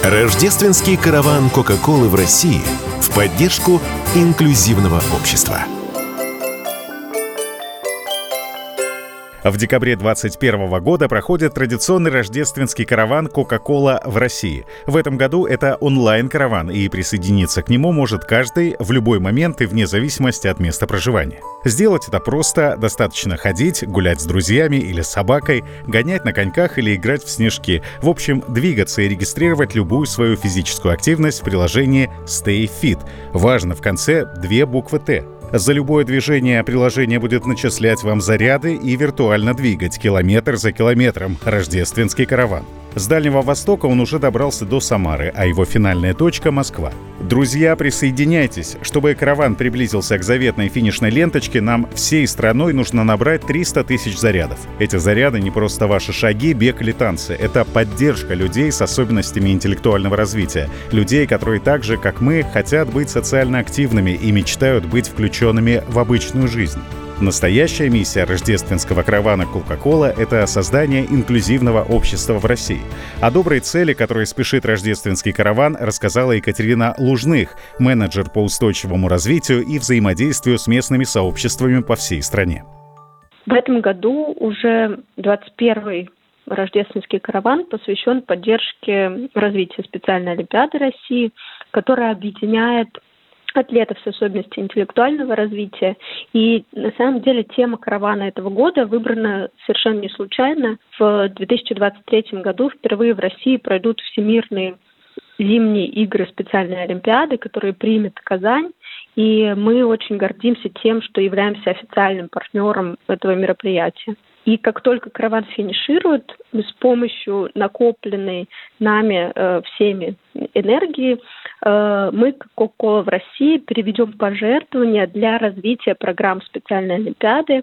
Рождественский караван Кока-Колы в России в поддержку инклюзивного общества. В декабре 2021 года проходит традиционный рождественский караван Coca-Cola в России. В этом году это онлайн-караван, и присоединиться к нему может каждый в любой момент и вне зависимости от места проживания. Сделать это просто, достаточно ходить, гулять с друзьями или с собакой, гонять на коньках или играть в снежки. В общем, двигаться и регистрировать любую свою физическую активность в приложении Stay Fit. Важно в конце 2 буквы «Т». За любое движение приложение будет начислять вам заряды и виртуально двигать километр за километром. Рождественский караван. С Дальнего Востока он уже добрался до Самары, а его финальная точка — Москва. Друзья, присоединяйтесь. Чтобы караван приблизился к заветной финишной ленточке, нам всей страной нужно набрать 300 тысяч зарядов. Эти заряды не просто ваши шаги, бег или танцы. Это поддержка людей с особенностями интеллектуального развития. Людей, которые так же, как мы, хотят быть социально активными и мечтают быть включенными в обычную жизнь. Настоящая миссия рождественского каравана Coca-Cola — это создание инклюзивного общества в России. О доброй цели, к которой спешит рождественский караван, рассказала Екатерина Лужных, менеджер по устойчивому развитию и взаимодействию с местными сообществами по всей стране. В этом году уже 21-й рождественский караван посвящен поддержке развития специальной олимпиады России, которая объединяет атлетов с особенностями интеллектуального развития. И на самом деле тема каравана этого года выбрана совершенно не случайно. В 2023 году впервые в России пройдут всемирные зимние игры специальной олимпиады, которые примет Казань. И мы очень гордимся тем, что являемся официальным партнером этого мероприятия. И как только караван финиширует, с помощью накопленной нами всеми энергии, мы, как Coca-Cola в России, переведем пожертвования для развития программ специальной олимпиады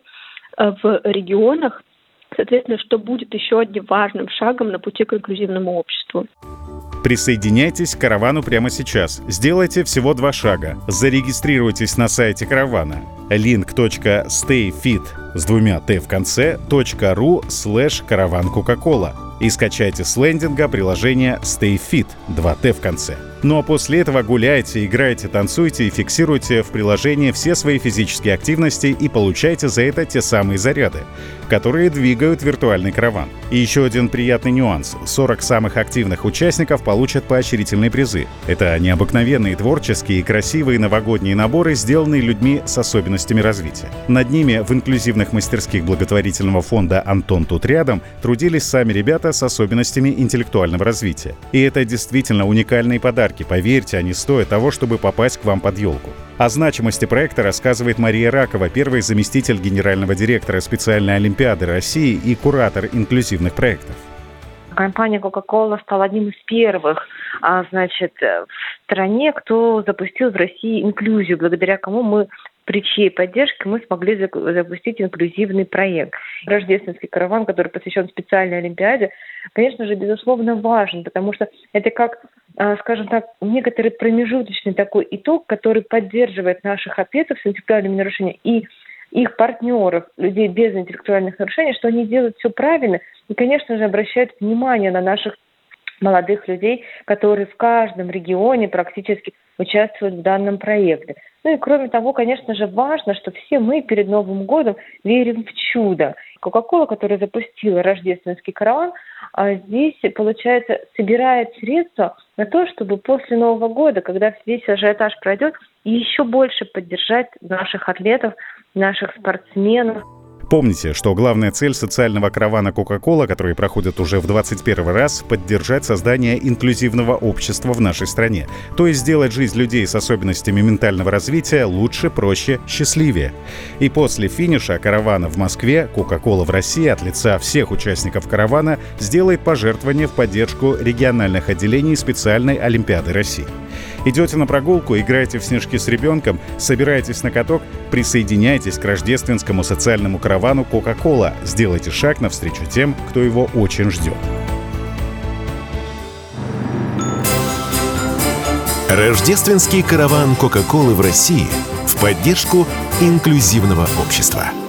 в регионах, соответственно, что будет еще одним важным шагом на пути к инклюзивному обществу. Присоединяйтесь к каравану прямо сейчас. Сделайте всего 2 шага. Зарегистрируйтесь на сайте каравана link.stayfit с 2 «т» в конце .ru/караван Coca-Cola и скачайте с лендинга приложение Stay Fit 2 «т» в конце. Ну а после этого гуляйте, играйте, танцуйте и фиксируйте в приложении все свои физические активности и получайте за это те самые заряды, которые двигают виртуальный караван. И еще один приятный нюанс. 40 самых активных участников получат поощрительные призы. Это необыкновенные творческие и красивые новогодние наборы, сделанные людьми с особенностями развития. Над ними в инклюзивных мастерских благотворительного фонда «Антон тут рядом» трудились сами ребята с особенностями интеллектуального развития. И это действительно уникальные подарки. Поверьте, они стоят того, чтобы попасть к вам под елку. О значимости проекта рассказывает Мария Ракова, первый заместитель генерального директора специальной олимпиады России и куратор инклюзивных проектов. Компания Coca-Cola стала одним из первых, в стране, кто запустил в России инклюзию, благодаря кому мы, при чьей поддержке мы смогли запустить инклюзивный проект. Рождественский караван, который посвящен специальной олимпиаде, конечно же, безусловно, важен, потому что это как, некоторый промежуточный такой итог, который поддерживает наших атлетов с интеллектуальными нарушениями и их партнеров, людей без интеллектуальных нарушений, что они делают все правильно и, конечно же, обращают внимание на наших молодых людей, которые в каждом регионе практически участвуют в данном проекте. Ну и кроме того, конечно же, важно, что все мы перед Новым годом верим в чудо. Coca-Cola, которая запустила рождественский караван, здесь, получается, собирает средства на то, чтобы после Нового года, когда весь ажиотаж пройдет, еще больше поддержать наших атлетов, наших спортсменов. Помните, что главная цель социального каравана Coca-Cola, который проходит уже в 21 раз, поддержать создание инклюзивного общества в нашей стране. То есть сделать жизнь людей с особенностями ментального развития лучше, проще, счастливее. И после финиша каравана в Москве Coca-Cola в России от лица всех участников каравана сделает пожертвование в поддержку региональных отделений специальной олимпиады России. Идете на прогулку, играете в снежки с ребенком, собираетесь на каток, присоединяйтесь к рождественскому социальному каравану Coca-Cola. Сделайте шаг навстречу тем, кто его очень ждет. Рождественский караван Coca-Cola в России в поддержку инклюзивного общества.